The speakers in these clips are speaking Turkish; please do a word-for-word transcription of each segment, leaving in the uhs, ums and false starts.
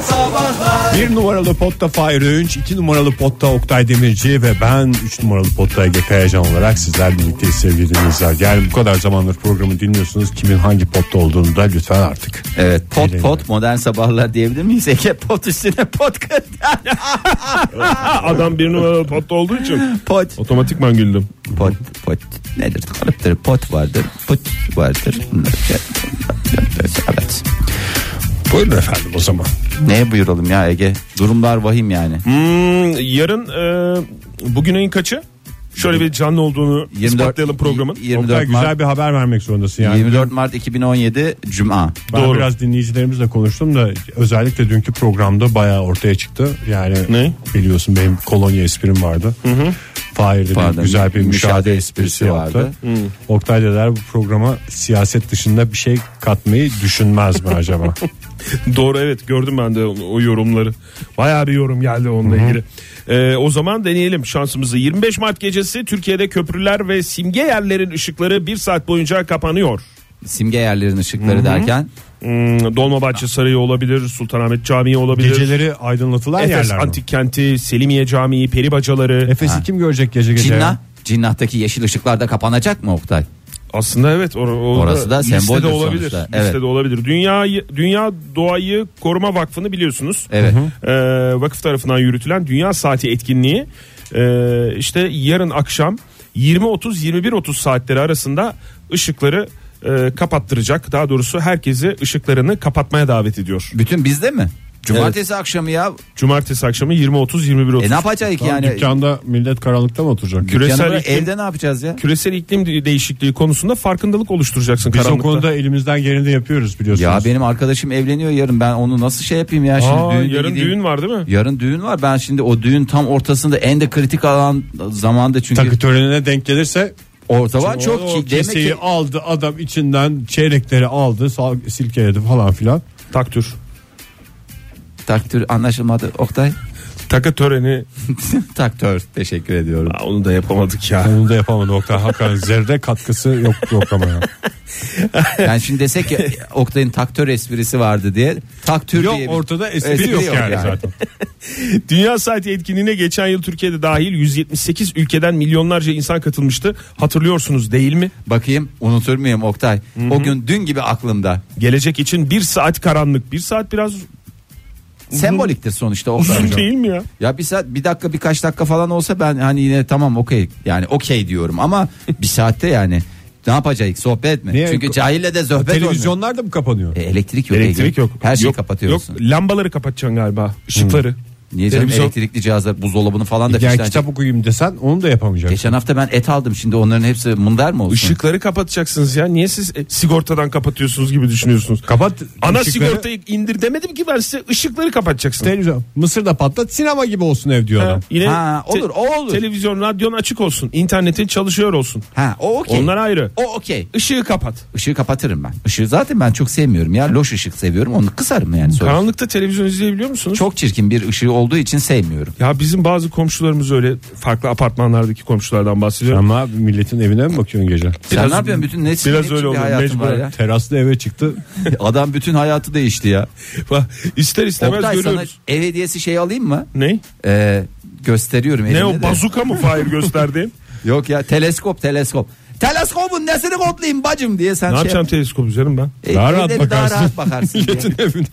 Sabahlar. Bir numaralı potta Fahir Öğünç, iki numaralı potta Oktay Demirci ve ben üç numaralı potta Ege Kayacan olarak sizlerle birlikteyiz sevgili dinleyiciler. Yani bu kadar zamandır programı dinliyorsunuz, kimin hangi potta olduğunu da lütfen artık. Evet, pot Bilelim. pot modern sabahlar diyebilir miyiz? Ege pot üstüne pot kadar. Adam bir numaralı potta olduğu için Pot. otomatikman güldüm. Pot pot nedir? Kalıptır. Pot vardır. Pot vardır. Evet. Buyurun efendim o zaman. Neye buyuralım ya Ege? Durumlar vahim yani. Hmm, yarın e, bugün ayın kaçı? Şöyle bir canlı olduğunu yirmi dört ispatlayalım programın. yirmi Oktay, dört güzel Mart, bir haber vermek zorundasın yani. yirmi dört Mart iki bin on yedi Cuma. Ben Doğru. biraz dinleyicilerimizle konuştum da özellikle dünkü programda bayağı ortaya çıktı. Yani Ne? biliyorsun benim kolonya esprim vardı. Hı hı. Fahir'de Pardon, güzel bir müşahede müşahede esprisi esprisi yaptı. vardı. Hı. Oktay dediler bu programa siyaset dışında bir şey katmayı düşünmez mi acaba? Doğru, evet, gördüm ben de o, o yorumları. Bayağı bir yorum geldi onunla ilgili. Ee, o zaman deneyelim şansımızı. yirmi beş Mart gecesi Türkiye'de köprüler ve simge yerlerin ışıkları bir saat boyunca kapanıyor. Simge yerlerin ışıkları Hı-hı. derken Hmm, Dolmabahçe Sarayı olabilir, Sultanahmet Camii olabilir. Geceleri aydınlatılan Efes yerler mi? Antik Kenti, Selimiye Camii, Peri Bacaları. Efes'i Ha. kim görecek gece gece? Cinnah. ya? Cinnah'taki yeşil ışıklar da kapanacak mı Oktay? Aslında evet, or- orada Orası da listede semboldür olabilir. sonuçta. Listede Evet. olabilir. Dünya Dünya Doğayı Koruma Vakfı'nı biliyorsunuz. Evet. Ee, vakıf tarafından yürütülen Dünya Saati etkinliği ee, işte yarın akşam yirmi otuz yirmi bir otuz saatleri arasında ışıkları e, kapattıracak. Daha doğrusu herkesi ışıklarını kapatmaya davet ediyor. Bütün bizde mi? Cumartesi akşamı ya. Cumartesi akşamı yirmi otuz yirmi bir otuz. E ne yapacağız Tamam, yani? dükkanda millet karanlıkta mı oturacak? Küresel Dükkanı iklim- evde ne yapacağız ya? Küresel iklim değişikliği konusunda farkındalık oluşturacaksın Biz o karanlıkta. konuda elimizden geleni yapıyoruz biliyorsunuz. Ya benim arkadaşım evleniyor yarın, ben onu nasıl şey yapayım ya şimdi? Aa, düğünde yarın gideyim. düğün var değil mi? Yarın düğün var, ben şimdi o düğün tam ortasında, en de kritik alan zamanda, çünkü Takı törenine denk gelirse orta var o, çok o ki demek keseyi ki aldı adam, içinden çeyrekleri aldı, sal- silkeledi falan filan. Taktür. taktör anlaşılmadı Oktay. Takı töreni. Taktör, teşekkür ediyorum. Aa, onu da yapamadık ya. Onu da yapamadı Oktay. Hakikaten zerre katkısı yok programa ya. Yani şimdi desek ya Oktay'ın taktör esprisi vardı diye, taktür Yok, diye bir- ortada espri, espri yok, yok yani, yani. zaten. Dünya Saati etkinliğine geçen yıl Türkiye'de dahil yüz yetmiş sekiz ülkeden milyonlarca insan katılmıştı. Hatırlıyorsunuz değil mi? Bakayım, unutur muyum Oktay? O gün dün gibi aklımda. Gelecek için bir saat karanlık. Bir saat biraz Semboliktir sonuçta Oktay. uzun değil mi ya? Ya bir saat, bir dakika, birkaç dakika falan olsa ben hani yine tamam, okey yani, okey diyorum ama bir saatte yani ne yapacağız, sohbet mi? Niye? Çünkü cahille de sohbet olmuyor. Televizyonlar da mı kapanıyor? E, elektrik yok. Elektrik Ege. yok. Her şeyi yok, kapatıyorsun. Yok, lambaları kapatacaksın galiba. Işıkları. Niye canım, Televizyon- elektrikli cihazlar, buzdolabını falan da Yani fişlenecek. kitap okuyayım desen onu da yapamayacaksın. Geçen hafta ben et aldım, şimdi onların hepsi mındar mı olsun? Işıkları kapatacaksınız ya. Niye siz e, sigortadan kapatıyorsunuz gibi düşünüyorsunuz? Kapat Ana ışıkları, sigortayı indir demedim ki ben size, ışıkları kapatacaksın. televizyon. Mısır'da patlat, sinema gibi olsun ev diyor Ha, adam. yine Ha, olur, o olur. Televizyon, radyon açık olsun. İnternetin çalışıyor olsun. Ha, o okey. Onlar ayrı. O okey. Işığı kapat. Işığı kapatırım ben. Işığı zaten ben çok sevmiyorum ya. Loş ışık seviyorum. Onu kısarım yani sonra. Karanlıkta televizyon izleyebiliyor musunuz? Çok çirkin bir ışığı olduğu için sevmiyorum. Ya bizim bazı komşularımız öyle, farklı apartmanlardaki komşulardan bahsediyorum. Ama milletin evine mi bakıyorsun gece? Sen Biraz- ne yapıyorsun? Bütün ne, biraz ne öyle biçim bir oluyor, hayatın var mecburen. ya. Teraslı eve çıktı. Adam bütün hayatı değişti ya. İster istemez Oktay, sana görüyoruz. ev hediyesi şey alayım mı? Ne? Ee, gösteriyorum Ne elimde o, de. bazuka mı Fahir gösterdiğim? Yok ya, teleskop teleskop. Teleskopun nesini kodlayayım bacım diye sen Ne şey yapacağım teleskopu canım ben? E, Daha rahat evde bir daha bakarsın. rahat bakarsın diye. Milletin evine.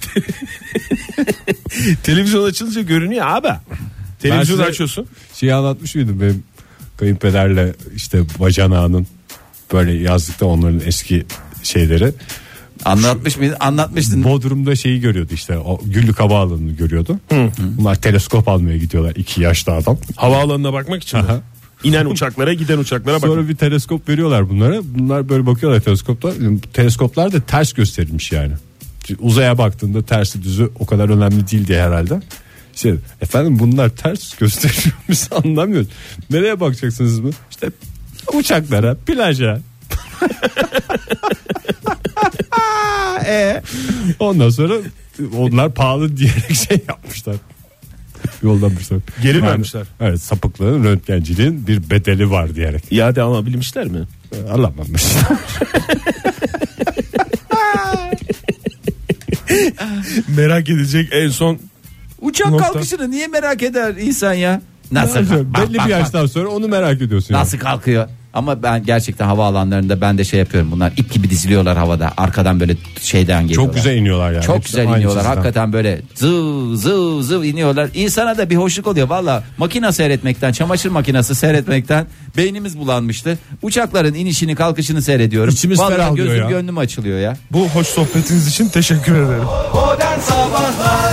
Televizyon açılınca görünüyor abi. Televizyon size- açıyorsun. Şeyi anlatmış mıydım benim kayınpederle işte bacanağının böyle yazlıkta onların eski şeyleri. Anlatmış mıydın? Anlatmıştın. Bodrum'da şeyi görüyordu işte, o Güllük Havaalanı'nı görüyordu. Bunlar teleskop almaya gidiyorlar, iki yaşlı adam. Havaalanına bakmak için mi? Aha. İnen uçaklara, giden uçaklara bak. Sonra bir teleskop veriyorlar bunlara. Bunlar böyle bakıyorlar teleskopta. Teleskoplar da ters gösterilmiş yani. Uzaya baktığında tersi düzü o kadar önemli değil diye herhalde. İşte efendim bunlar ters gösteriyor, biz anlamıyoruz. Nereye bakacaksınız mı? İşte uçaklara, plaja. e ondan sonra onlar pahalı diyerek şey yapmışlar. Yollamışlar. Geri Yani, vermişler. Evet, sapıklığın, röntgenciliğin bir bedeli var diyerek. İade alabilmişler mi? Alamamışlar. Merak edecek en son Uçak nokta. kalkışını niye merak eder insan ya? Nasıl? Belli Bak, bir bak, yaştan sonra onu merak ediyorsun. Nasıl yani. kalkıyor? Ama ben gerçekten havaalanlarında ben de şey yapıyorum. Bunlar ip gibi diziliyorlar havada. Arkadan böyle şeyden geliyorlar. Çok güzel iniyorlar yani. Çok Hepsi güzel aynı iniyorlar. çizgiden. Hakikaten böyle zıv zıv zıv iniyorlar. İnsana da bir hoşluk oluyor. Valla makine seyretmekten, çamaşır makinesi seyretmekten beynimiz bulanmıştı. Uçakların inişini kalkışını seyrediyorum. İçimiz Vallahi ferahlıyor gözüm ya. gönlüm açılıyor ya. bu hoş sohbetiniz için teşekkür ederim. Modern Sabahlar.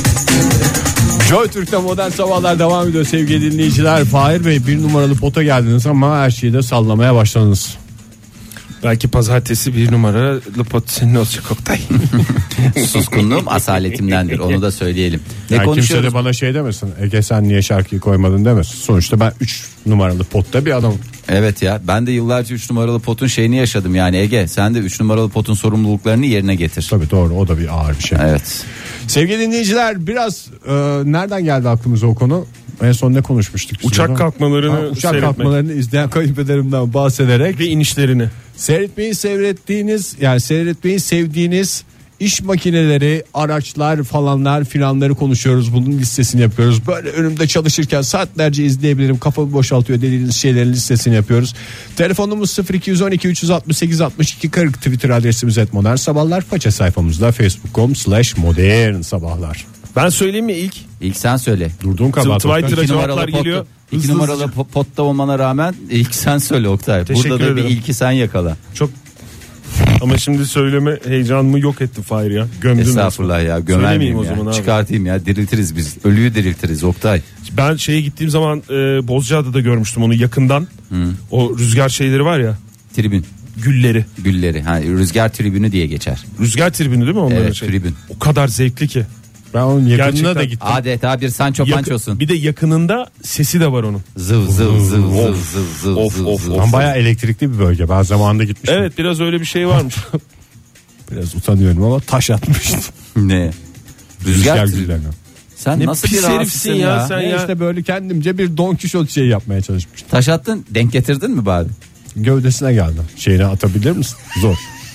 Joy Türk'te modern sabahlar devam ediyor sevgili dinleyiciler. Fahir Bey bir numaralı pota geldiniz ama her şeyi de sallamaya başladınız. Belki pazartesi bir numaralı pot senin olacak Oktay. Suskunluğum asaletimdendir, onu da söyleyelim. Ne Yani kimse konuşuyoruz? de bana şey demesin. Ege sen niye şarkıyı koymadın demesin. Sonuçta ben üç numaralı potta bir adamım. Evet ya, ben de yıllarca üç numaralı potun şeyini yaşadım yani. Ege sen de üç numaralı potun sorumluluklarını yerine getir. Tabii doğru, o da bir ağır bir şey. Evet. Sevgili dinleyiciler biraz e, nereden geldi aklımıza o konu? En son ne konuşmuştuk? Uçak Şurada? kalkmalarını Ha, uçak seyretmek. kalkmalarını izleyen kayınpederimden bahsederek Ve inişlerini. seyretmeyi seyrettiğiniz yani seyretmeyi sevdiğiniz iş makineleri, araçlar falanlar filanları konuşuyoruz. Bunun listesini yapıyoruz. Böyle önümde çalışırken saatlerce izleyebilirim. Kafamı boşaltıyor dediğiniz şeylerin listesini yapıyoruz. Telefonumuz sıfır iki on iki üç altı sekiz altmış iki kırk, Twitter adresimiz et modern sabahlar, faça sayfamızda facebook nokta com slash modern sabahlar. Ben söyleyeyim mi ilk? İlk sen söyle. Durduğun kabahat. Twitter'a İki cevaplar numaralı geliyor. potta, iki Hızlı numaralı hızlıca. po- potta olmana rağmen ilk sen söyle Oktay. Teşekkür Burada da bir ederim. ilki sen yakala. Çok ama şimdi söyleme heyecanımı yok etti Fahir ya. Gömdün Estağfurullah ya, gömer Söylemeyeyim miyim o zaman ya? abi. Çıkartayım ya, diriltiriz biz. Ölüyü diriltiriz Oktay. Ben şeye gittiğim zaman e, Bozcaada'da görmüştüm onu yakından. O rüzgar şeyleri var ya, Tribün gülleri. gülleri. Ha, rüzgar tribünü diye geçer. Rüzgar tribünü değil mi onların Evet, şey? tribün. O kadar zevkli ki. Ben onun yakınına Gerçekten. da gittim. Adeta bir Sancho Yakın- Pancho'sun. bir de yakınında sesi de var onun. Zıv zıv zıv zıv zıv zıv Of, zıv of, zıv. of. Ama bayağı elektrikli bir bölge. Ben zamanında gitmiştim. Evet, biraz öyle bir şey varmış. Biraz utanıyorum ama taş atmıştım. Ne? Rüzgar Rüzgar güllerine. Sen Ne nasıl pis bir herifsin rahatsızsın ya ya? sen. Ben ya. işte böyle kendimce bir Don Kişot şeyi yapmaya çalışmıştım. Taş attın, denk getirdin mi bari? Gövdesine geldi. Şeyine atabilir misin? Zor.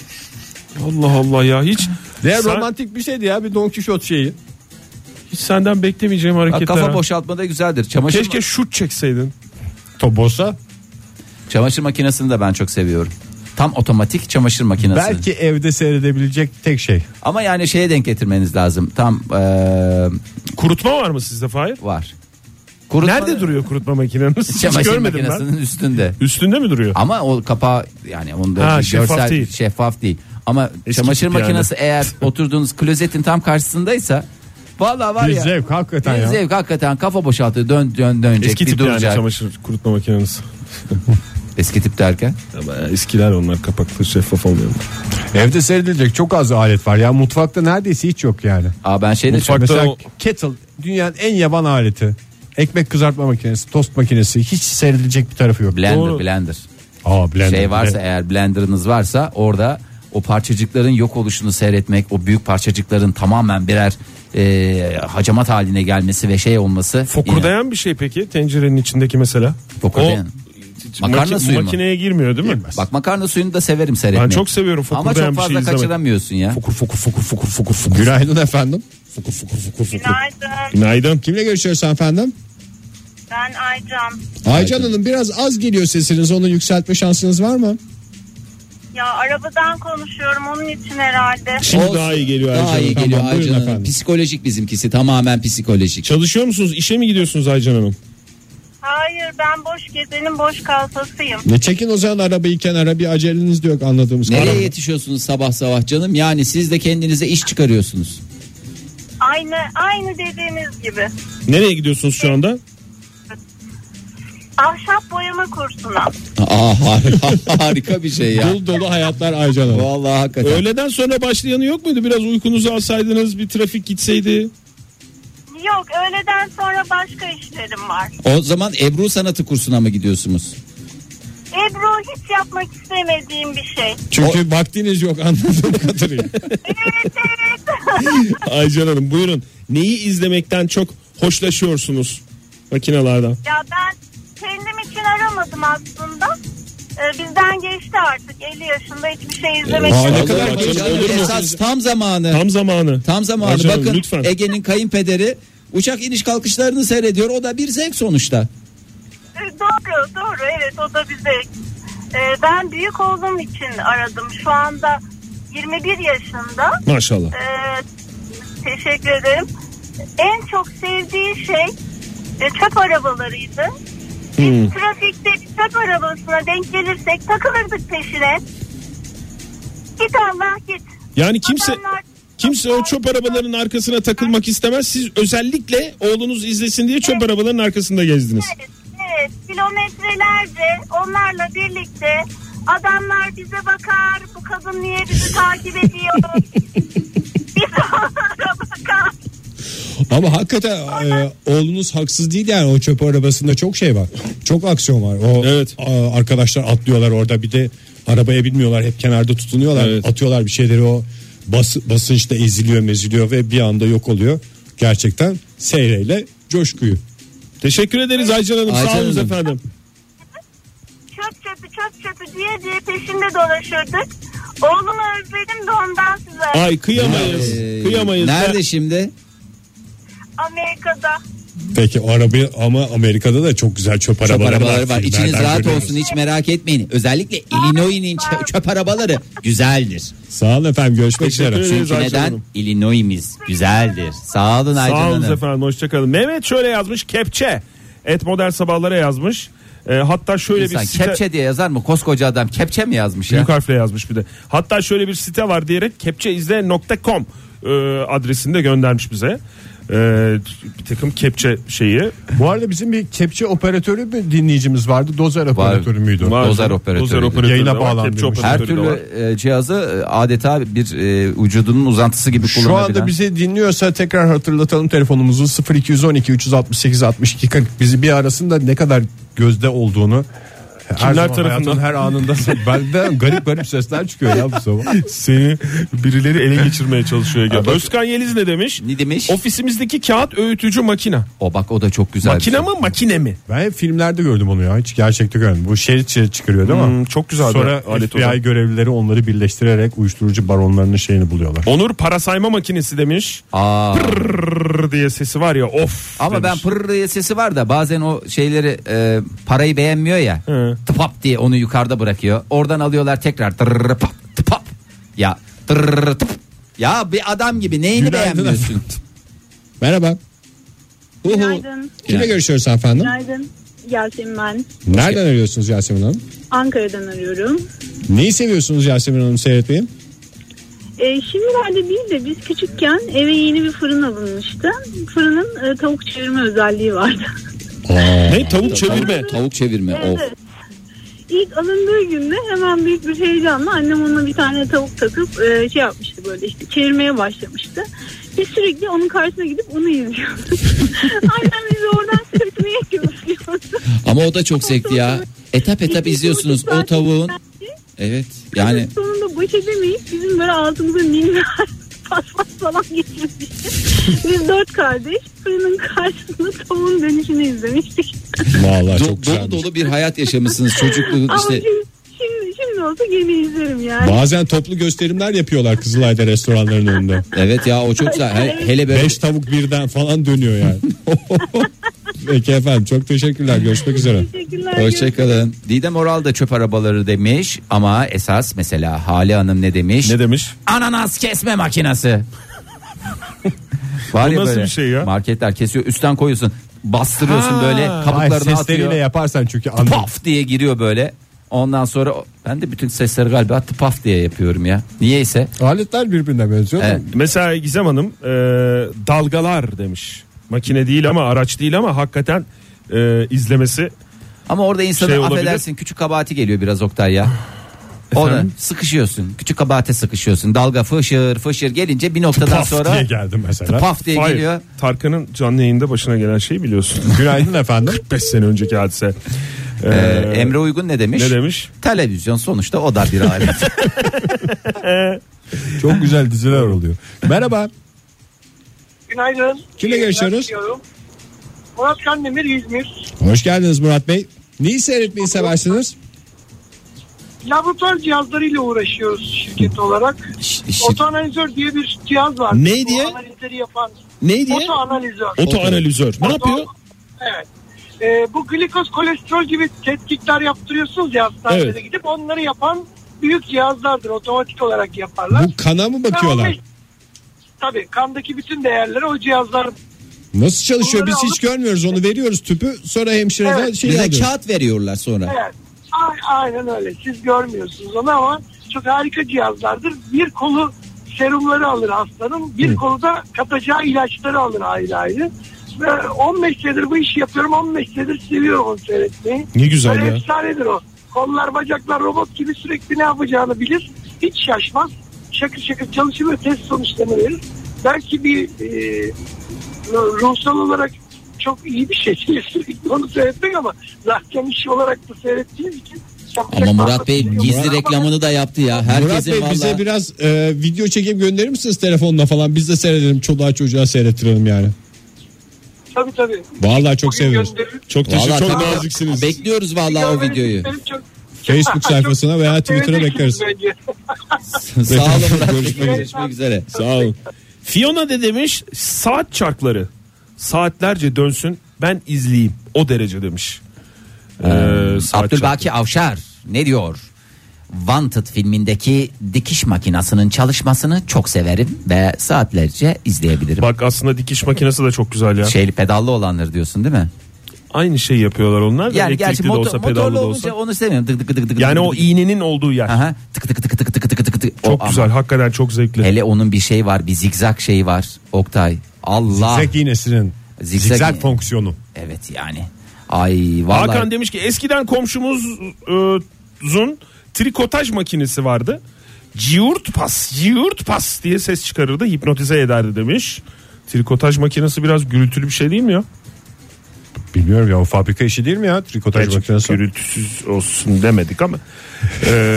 Allah Allah ya, hiç Diğer sen- romantik bir şeydi ya, bir Don Kişot şeyi. hiç senden beklemeyeceğim Bak, hareketler. kafa ha. boşaltma da güzeldir. Çamaşır, Keşke şut çekseydin. Tobosa. çamaşır makinesini de ben çok seviyorum. Tam otomatik çamaşır makinesi. Belki evde seyredebilecek tek şey. Ama yani şeye denk getirmeniz lazım. Tam eee, Kurutma var mı sizde Fahir? var. Kurutma- Nerede duruyor kurutma makineniz? Hiç Çamaşır görmedim ben. makinesinin üstünde. Üstünde mi duruyor? Ama o kapağı yani onda Ha, bir şeffaf görsel değil. şeffaf değil. Ama Eski çamaşır tip yani. makinesi eğer oturduğunuz klozetin tam karşısındaysa vallahi var Bir ya. zevk hakikaten Bir ya. zevk hakikaten, kafa boşaltıyor, dön dön dönecek, Eski bir tip yani duracak. çamaşır kurutma makineniz. Eski tip derken? Ama eskiler onlar, kapaklı şeffaf olmuyor. Evde seyredilecek çok az alet var ya. Mutfakta neredeyse hiç yok yani. Aa, ben şeyde çok Mutfakta Mesela o- kettle dünyanın en yaban aleti. Ekmek kızartma makinesi, tost makinesi, hiç seyredilecek bir tarafı yok. blender Doğru. blender. Aa, blender. Şey varsa Blender. eğer blenderınız varsa orada o parçacıkların yok oluşunu seyretmek, o büyük parçacıkların tamamen birer e, hacamat haline gelmesi ve şey olması. Fokurdayan bir şey peki tencerenin içindeki mesela. Fokurdayan. O Makarna maki- suyu mu? makineye girmiyor değil mi? Bak, makarna suyunu da severim seyretmeyi. Ben çok seviyorum Ama fokurdayan çok bir şey fazla izlemek. kaçıramıyorsun ya. Fokur fokur fokur fokur fokur fokur. Günaydın efendim. Fokur fokur fokur fokur. Günaydın. Günaydın. Kimle görüşüyoruz efendim? Ben Aycan. Aycan Hanım, biraz az geliyor sesiniz. Onu yükseltme şansınız var mı? Ya arabadan konuşuyorum onun için herhalde. Şimdi Olsun. daha iyi geliyor Daha Aycan iyi Hanım. geliyor Tamam, buyurun Aycan Hanım. efendim. Psikolojik bizimkisi, tamamen psikolojik. Çalışıyor musunuz? İşe mi gidiyorsunuz Aycan Hanım? Hayır, ben boş gezenin boş kalfasıyım. Ne çekin o zaman arabayı kenara, bir aceleniz de yok anladığımız Nereye kadarıyla. yetişiyorsunuz sabah sabah canım? Yani siz de kendinize iş çıkarıyorsunuz. Aynı aynı dediğiniz gibi. Nereye gidiyorsunuz şu anda? Ahşap boyama kursuna. Aa, harika, harika bir şey ya. Dolu dolu hayatlar Aycan Hanım. Vallahi hakikaten. Öğleden sonra başlayanı yok muydu? Biraz uykunuzu alsaydınız, bir trafik gitseydi. Yok, öğleden sonra başka işlerim var. O zaman Ebru sanatı kursuna mı gidiyorsunuz? Ebru hiç yapmak istemediğim bir şey. Çünkü vaktiniz yok anladığım kadarıyla. Evet evet. Aycan Hanım buyurun. Neyi izlemekten çok hoşlaşıyorsunuz makinalardan? Ya ben kendim için aramadım aslında. e, bizden geçti artık. elli yaşında hiçbir şey izlemek Aa, ne yok. kadar Olur mu genç, canım? olur mu? Esas tam zamanı. Tam zamanı. Tam zamanı. Ayşe Hanım, Bakın lütfen. Ege'nin kayınpederi uçak iniş kalkışlarını seyrediyor. O da bir zevk sonuçta. E, Doğru doğru evet o da bize. E, ben büyük oğlum için aradım. Şu anda yirmi bir yaşında. Maşallah. E, teşekkür ederim. En çok sevdiği şey e, çöp arabalarıydı. Biz Hmm. trafikte bir çöp arabasına denk gelirsek takılırdık peşine. Git Allah git. Yani kimse Adamlar- kimse o çöp arabalarının arkasına takılmak istemez. Siz özellikle oğlunuz izlesin diye çöp arabalarının arkasında gezdiniz. Evet, evet. Kilometrelerce onlarla birlikte adamlar bize bakar. Bu kadın niye bizi takip ediyor? Biz onlara bakar. Ama hakikaten e, oğlunuz haksız değil yani, o çöp arabasında çok şey var. Çok aksiyon var. O Evet. a, arkadaşlar atlıyorlar orada, bir de arabaya binmiyorlar, hep kenarda tutunuyorlar. Evet. Atıyorlar bir şeyleri, o bas, basınçta eziliyor meziliyor ve bir anda yok oluyor. Gerçekten seyreyle coşkuyu. Teşekkür ederiz Aycan Hanım. Aycan Sağ olun Hanım. efendim. Çöp çöpü çöp çöpü diye diye peşinde dolaşırdık. Oğlumu özledim de ondan size. Ay kıyamayız. Ee, kıyamayız. Nerede şimdi? Amerika'da. Peki o arabayı, ama Amerika'da da çok güzel çöp, Çöp arabaları, arabaları var. İçiniz Filmlerden rahat görüyoruz. olsun, hiç merak etmeyin. Özellikle Illinois'in çö- çöp arabaları güzeldir. Sağ olun efendim, görüşmek Teşekkür üzere. ederim. Çünkü Ayşe neden? Hanım. Illinois'imiz güzeldir. Sağ olun Aycan Sağ olun Hanım. efendim, hoşçakalın. Mehmet şöyle yazmış, kepçe. Et modern sabahlara yazmış. E, hatta şöyle İnsan bir site, kepçe diye yazar mı? Koskoca adam kepçe mi yazmış ya? büyük harfle yazmış bir de. Hatta şöyle bir site var diyerek kepçeizle nokta com e, adresinde göndermiş bize. E, bir takım kepçe şeyi. Bu arada bizim bir kepçe operatörü bir dinleyicimiz vardı. Dozer operatörü müydü? Var. Dozer operatörü. Dozer operatörü Yayına de var, bağlandırmış. kepçe Her operatörü de var. türlü e, cihazı e, adeta bir e, vücudunun uzantısı gibi Şu kullanabilen. anda bizi dinliyorsa tekrar hatırlatalım telefonumuzu sıfır iki on iki üç altı sekiz altmış iki kırk, bizi bir arasında ne kadar gözde olduğunu. Her Kimler zaman tarafından? hayatın her anında benden garip garip sesler çıkıyor ya bu sabah. Seni birileri ele geçirmeye çalışıyor. Ege. Özkan Yeliz ne demiş? Ne demiş? Ofisimizdeki kağıt öğütücü makina. O bak, o da çok güzel. bir Makine şey. mi makine mi? Ben hep filmlerde gördüm onu ya, hiç gerçekte görmedim. Bu şerit şerit çıkarıyor değil mi? Hmm, çok güzel bir Sonra alet F o da. B I görevlileri onları birleştirerek uyuşturucu baronlarının şeyini buluyorlar. Onur para sayma makinesi demiş. Aa. Pırrrr diye sesi var ya, of Ama ben demiş. pırrıya sesi var da bazen o şeyleri e, parayı beğenmiyor ya. Hı. Tıpap diye onu yukarıda bırakıyor. Oradan alıyorlar tekrar tırrrr pap tıpap. Ya tırrrr tıp. Ya bir adam gibi neyini Günaydın beğenmiyorsun? efendim. Merhaba. Uhu. Günaydın. Kimle görüşüyoruz efendim? Günaydın. Yasemin ben. Nereden arıyorsunuz Yasemin Hanım? Ankara'dan arıyorum. Neyi seviyorsunuz Yasemin Hanım seyretmeyi? E, şimdilerde değil de biz küçükken eve yeni bir fırın alınmıştı. Fırının e, tavuk çevirme özelliği vardı. Ne tavuk çevirme. Tavuk çevirme. Of. Evet. İlk alındığı günde hemen büyük bir heyecanla annem ona bir tane tavuk takıp e, şey yapmıştı, böyle işte çevirmeye başlamıştı. Biz sürekli onun karşısına gidip onu izliyorduk. Annem bizi oradan sırtmaya gözlüyordu. Ama o da çok zevkli ya. Etap etap izliyorsunuz o tavuğun. Evet yani. Sonunda baş edemeyip bizim böyle altımıza minler paspas falan geçirmişti. Biz dört kardeş fırının karşısında tavuğun dönüşünü izlemiştik. Vallahi Do- çok güzel. dolu dolu bir hayat yaşamışsınız çocukluğu Ama işte. şimdi, şimdi, şimdi olsa gene izlerim yani. Bazen toplu gösterimler yapıyorlar Kızılay'da restoranların önünde. Evet ya, o çok güzel. He- hele böyle Beş tavuk birden falan dönüyor yani. Peki efendim, çok teşekkürler, görüşmek üzere. Teşekkürler. hoşçakalın. Didem Oral da çöp arabaları demiş ama esas mesela Hale Hanım ne demiş? Ne demiş? Ananas kesme makinesi. Var Bu ya nasıl böyle bir şey ya? marketler kesiyor, üstten koyuyorsun, bastırıyorsun Ha. böyle Ay, kabuklarını sesleriyle atıyor. yaparsan çünkü anladım. Paf diye giriyor böyle. Ondan sonra ben de bütün sesleri galiba tıpaf diye yapıyorum ya. Niyeyse. Aletler birbirine benziyor. Evet. Mesela Gizem Hanım e, dalgalar demiş. Makine değil ama, araç değil ama hakikaten e, izlemesi. Ama orada insanın Şey olabilir. affedersin küçük kabahati geliyor biraz Oktay ya. Orada Efendim? sıkışıyorsun. Küçük kabahate sıkışıyorsun. Dalga fışır fışır gelince bir noktadan Paf sonra diye geldi mesela. paf diye Hayır, geliyor. Tarkan'ın canlı yayında başına gelen şeyi biliyorsun. Günaydın efendim. beş sene önceki hadise. Ee, Ee, Emre Uygun ne demiş? ne demiş? Televizyon sonuçta o da bir alet. Çok güzel diziler oluyor. Merhaba. Günaydın. Kimle görüşüyoruz? Diyorum. Murat Kandemir İzmir. Hoş geldiniz Murat Bey. Neyi seyretmeyi seversiniz? laboratuvar cihazlarıyla uğraşıyoruz şirket olarak. Ş- ş- Otoanalizör diye bir cihaz var. Ne diye? Bu analizleri yapan. Ne diye? Otoanalizör. Otoanalizör. Ne Oto- yapıyor? Evet. Ee, bu glikoz, kolesterol gibi tetkikler yaptırıyorsunuz ya hastanelere Evet. gidip onları yapan büyük cihazlardır. Otomatik olarak yaparlar. Bu kana mı bakıyorlar? Ve tabii kandaki bütün değerleri o cihazlar. Nasıl çalışıyor? Bunları Biz hiç alıp- görmüyoruz. Onu veriyoruz tüpü. Sonra hemşireden Evet. şey Bize alıyor. kağıt veriyorlar sonra. Evet. A- aynen öyle. Siz görmüyorsunuz onu ama çok harika cihazlardır. Bir kolu serumları alır hastanın. Bir kolu da katacağı ilaçları alır ayrı ayrı. Ve on beş senedir bu işi yapıyorum. on beş senedir seviyorum onu seyretmeyi. Ne güzel Böyle ya. efsanedir o. Kollar, bacaklar robot gibi sürekli ne yapacağını bilir. Hiç şaşmaz. Şakır şakır çalışır ve test sonuçlarını verir. Belki bir e, ruhsal olarak çok iyi bir şey değil sürekli onu seyretmek ama zaten iş olarak da seyrettiğiniz için. Ama Murat Bey gizli Ama- reklamını da yaptı ya. Murat Herkesin Bey vallahi... bize biraz e, video çekip gönderir misiniz telefonla falan? Biz de seyredelim. Çoluğa çocuğa seyrettirelim yani. Tabii tabii. Vallahi çok Bugün seviyoruz. gönderirim. Çok teşekkür, Vallahi çok tabii. naziksiniz. Bekliyoruz vallahi o videoyu. Çok- Facebook sayfasına veya Çok Twitter'a seveceksiniz bekleriz. bence. Sağ olun Murat Bey. Görüşmek Görüşmek üzere. Sağ olun. Fiona de demiş saat çarkları saatlerce dönsün ben izleyeyim o derece demiş. Ee, saat Abdülbaki Avşar ne diyor? Wanted filmindeki dikiş makinasının çalışmasını çok severim ve saatlerce izleyebilirim. Bak aslında dikiş makinesi de çok güzel ya. Şeyli pedallı olanları diyorsun değil mi? Aynı şey yapıyorlar onlar. da, Yani elektrikli gerçi de motor, olsa pedallı motorlu da olunca olsa. onu sevmiyorum. Tık tık tık tık Yani tık o tık. iğnenin olduğu yer. Aha, tık tık tık tık tık tık tık tık tık. O Çok ama güzel hakikaten çok zevkli. Hele onun bir şey var, bir zigzag şeyi var. Oktay. Allah. Zigzag iğnesinin Zigzag zigzag iğne. fonksiyonu. Evet yani. Ay vallahi. Hakan demiş ki eskiden komşumuzun trikotaj makinesi vardı. Ciyurt pas, ciyurt pas diye ses çıkarırdı, hipnotize ederdi demiş. Trikotaj makinesi biraz gürültülü bir şey değil mi ya? Bilmiyorum ya, o fabrika işi değil mi ya trikotaj Gerçi makinesi? gürültüsüz olsun demedik ama. Ee,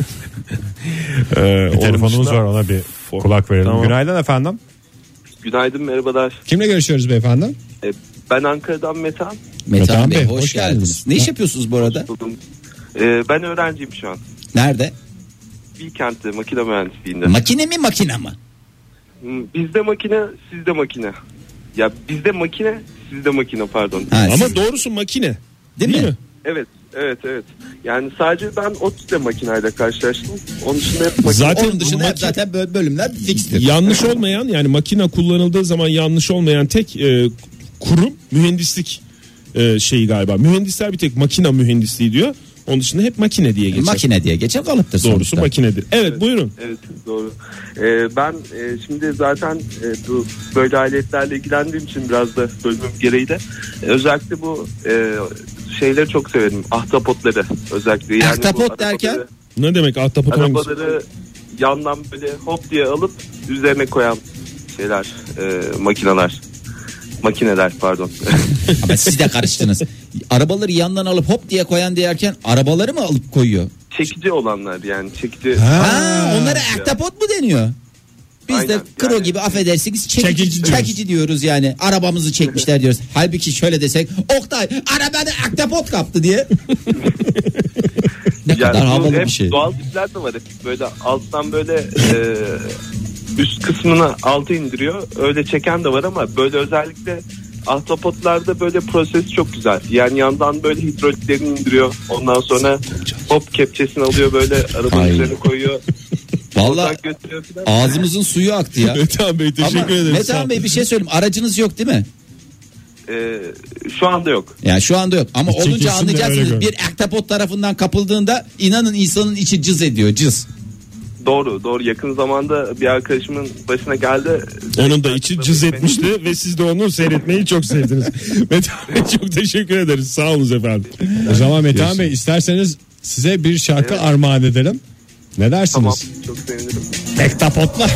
e, Bir telefonumuz onun dışında- var, ona bir For- kulak verelim. Tamam. Günaydın efendim. Günaydın, merhabalar. Kimle görüşüyoruz beyefendi? Ee, ben Ankara'dan Metan. Metehan Metehan Bey, Bey, hoş, hoş geldiniz. geldiniz. Ne iş yapıyorsunuz bu arada? Buldum. Ee, ben öğrenciyim şu an. Nerede? Bilkent'te makine mühendisliğinde. Makine mi makine mi? Hmm, bizde makine, sizde makine. Ya bizde makine, sizde makine pardon. Ha, Ama siz- doğrusu makine. değil, değil mi? mi? Evet, evet, evet. Yani sadece ben ODTÜ'de makineyle karşılaştım. Onun dışında hep makine. Zaten Onun dışında hep maki- zaten böl- bölümler fikstir. Yanlış olmayan, yani makine kullanıldığı zaman yanlış olmayan tek e, kurum mühendislik e, şeyi galiba. Mühendisler bir tek makine mühendisliği diyor. Onun dışında hep makine diye geçer. Makine diye geçer, kalıptır Doğrusu sonuçta. makinedir. Evet, buyurun. Evet, doğru. Ee, ben e, şimdi zaten e, bu böyle aletlerle ilgilendiğim için biraz da bölümüm gereği de e, özellikle bu e, şeyleri çok severim. Ahtapotları özellikle. Yani Ahtapot bu derken? arabaları- Ne demek ahtapot hangisi? Arabaları yandan böyle hop diye alıp üzerine koyan şeyler, e, makineler. Makineler pardon. Ama siz de karıştınız. Arabaları yandan alıp hop diye koyan diyerken arabaları mı alıp koyuyor? Çekici olanlar yani çekici. Ha, onlara ahtapot mu deniyor? Biz de Aynen, kro yani- gibi affedersiniz çekici, Çekici çekici, diyoruz. diyoruz yani. Arabamızı çekmişler diyoruz. Halbuki şöyle desek, Oktay arabada ahtapot kaptı diye. Ne Yani kadar bu havalı hep bir şey. Doğal tipler de var. Hep böyle alttan böyle e, üst kısmını altı indiriyor. Öyle çeken de var ama böyle özellikle ahtapotlarda böyle proses çok güzel. Yani yandan böyle hidroliklerini indiriyor. Ondan sonra hop kepçesini alıyor, böyle arabanın Ay. üzerine koyuyor. Vallahi Oradan götürüyor falan. ağzımızın suyu aktı ya. Metehan Bey teşekkür Ama ederim. Sağ Metehan olun. Bey bir şey söyleyeyim. Aracınız yok değil mi? E, şu anda yok. Yani şu anda yok. Ama Bir olunca çekilsin de anlayacaksınız. öyle gör. Bir ahtapot tarafından kapıldığında inanın insanın içi cız ediyor. Cız. Doğru doğru, yakın zamanda bir arkadaşımın başına geldi. Onun da içi cız etmişti ve siz de onu seyretmeyi çok sevdiniz. Metehan Bey çok teşekkür ederiz. Sağ olun efendim. O zaman Metehan Bey, isterseniz size bir şarkı Evet. armağan edelim. Ne dersiniz? Tamam, çok sevinirim. Ektapotlar.